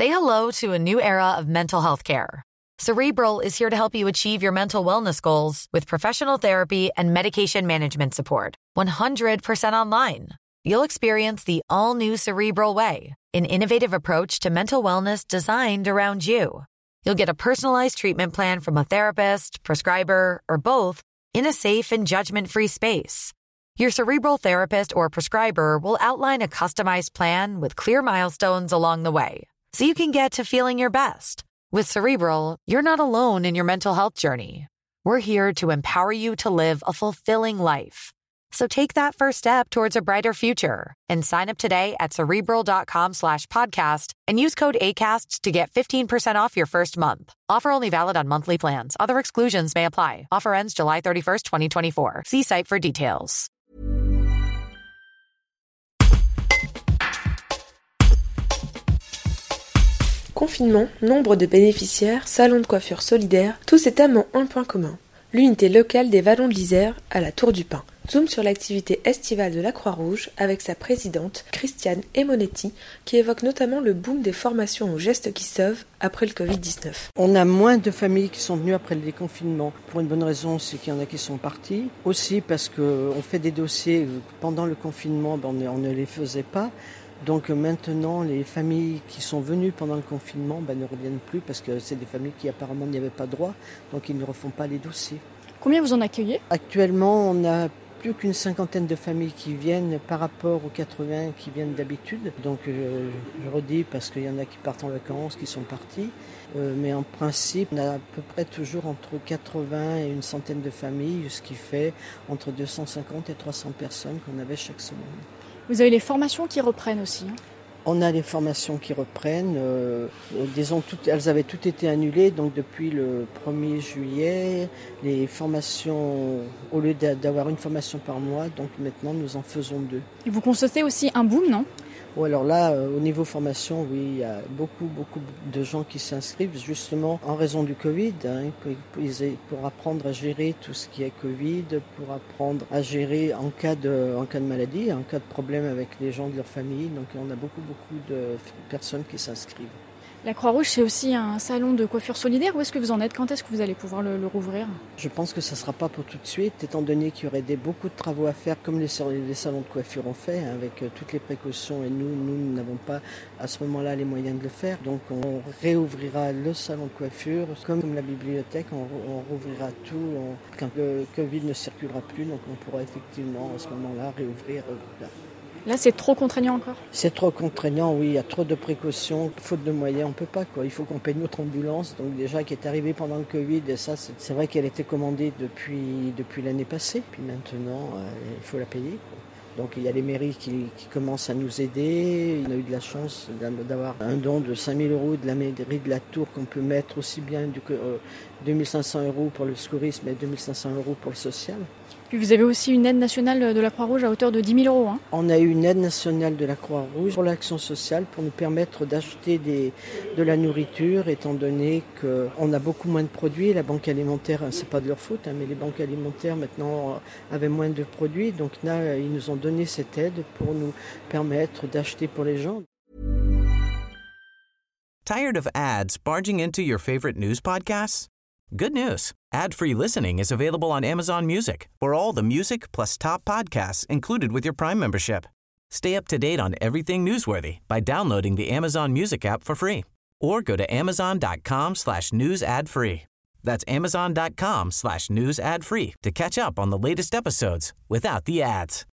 Say hello to a new era of mental health care. Cerebral is here to help you achieve your mental wellness goals with professional therapy and medication management support. 100% online. You'll experience the all-new Cerebral Way, an innovative approach to mental wellness designed around you. You'll get a personalized treatment plan from a therapist, prescriber, or both in a safe and judgment-free space. Your Cerebral therapist or prescriber will outline a customized plan with clear milestones along the way, so you can get to feeling your best. With Cerebral, you're not alone in your mental health journey. We're here to empower you to live a fulfilling life. So take that first step towards a brighter future and sign up today at Cerebral.com/podcast and use code ACAST to get 15% off your first month. Offer only valid on monthly plans. Other exclusions may apply. Offer ends July 31st, 2024. See site for details. Confinement, nombre de bénéficiaires, salon de coiffure solidaire, tous ces thèmes ont un point commun. L'unité locale des Vallons de l'Isère à la Tour du Pin. Zoom sur l'activité estivale de la Croix-Rouge avec sa présidente Christiane Emonetti qui évoque notamment le boom des formations aux gestes qui sauvent après le Covid-19. On a moins de familles qui sont venues après le déconfinement. Pour une bonne raison, c'est qu'il y en a qui sont partis. Aussi parce qu'on fait des dossiers pendant le confinement, on ne les faisait pas. Donc maintenant, les familles qui sont venues pendant le confinement ne reviennent plus parce que c'est des familles qui apparemment n'y avaient pas droit, donc ils ne refont pas les dossiers. Combien vous en accueillez ? Actuellement, on a plus qu'une cinquantaine de familles qui viennent par rapport aux 80 qui viennent d'habitude. Donc je redis parce qu'il y en a qui partent en vacances, qui sont partis. Mais en principe, on a à peu près toujours entre 80 et une centaine de familles, ce qui fait entre 250 et 300 personnes qu'on avait chaque semaine. Vous avez les formations qui reprennent aussi. On a les formations qui reprennent. Disons, elles avaient toutes été annulées. Donc depuis le 1er juillet, les formations, au lieu d'avoir une formation par mois, donc maintenant nous en faisons 2. Et vous constatez aussi un boom, non ? Ou alors là, au niveau formation, oui, il y a beaucoup de gens qui s'inscrivent justement en raison du Covid, pour apprendre à gérer tout ce qui est Covid, pour apprendre à gérer en cas de maladie, en cas de problème avec les gens de leur famille. Donc on a beaucoup de personnes qui s'inscrivent. La Croix-Rouge, c'est aussi un salon de coiffure solidaire. Où est-ce que vous en êtes ? Quand est-ce que vous allez pouvoir le rouvrir ? Je pense que ça ne sera pas pour tout de suite, étant donné qu'il y aurait beaucoup de travaux à faire, comme les salons de coiffure ont fait, avec toutes les précautions. Et nous n'avons pas à ce moment-là les moyens de le faire. Donc on réouvrira le salon de coiffure, comme la bibliothèque, on rouvrira tout quand le Covid ne circulera plus. Donc on pourra effectivement à ce moment-là réouvrir. Là, c'est trop contraignant encore ? C'est trop contraignant, oui. Il y a trop de précautions. Faute de moyens, on ne peut pas, quoi. Il faut qu'on paye notre ambulance. Donc déjà, qui est arrivée pendant le Covid. Et ça, c'est vrai qu'elle était commandée depuis l'année passée. Puis maintenant, il faut la payer, quoi. Donc il y a les mairies qui commencent à nous aider. On a eu de la chance d'avoir un don de 5 000 € de la mairie de la Tour qu'on peut mettre aussi bien 2 500 € pour le secourisme et 2 500 € pour le social. Puis vous avez aussi une aide nationale de la Croix-Rouge à hauteur de 10 000 €. On a eu une aide nationale de la Croix-Rouge pour l'action sociale pour nous permettre d'acheter de la nourriture, étant donné qu'on a beaucoup moins de produits. La banque alimentaire, c'est pas de leur faute, mais les banques alimentaires maintenant avaient moins de produits. Donc là, ils nous ont donné cette aide pour nous permettre d'acheter pour les gens. Tired of ads barging into your favorite news podcasts? Good news. Ad-free listening is available on Amazon Music for all the music plus top podcasts included with your Prime membership. Stay up to date on everything newsworthy by downloading the Amazon Music app for free or go to amazon.com/news ad free. That's amazon.com/news ad free to catch up on the latest episodes without the ads.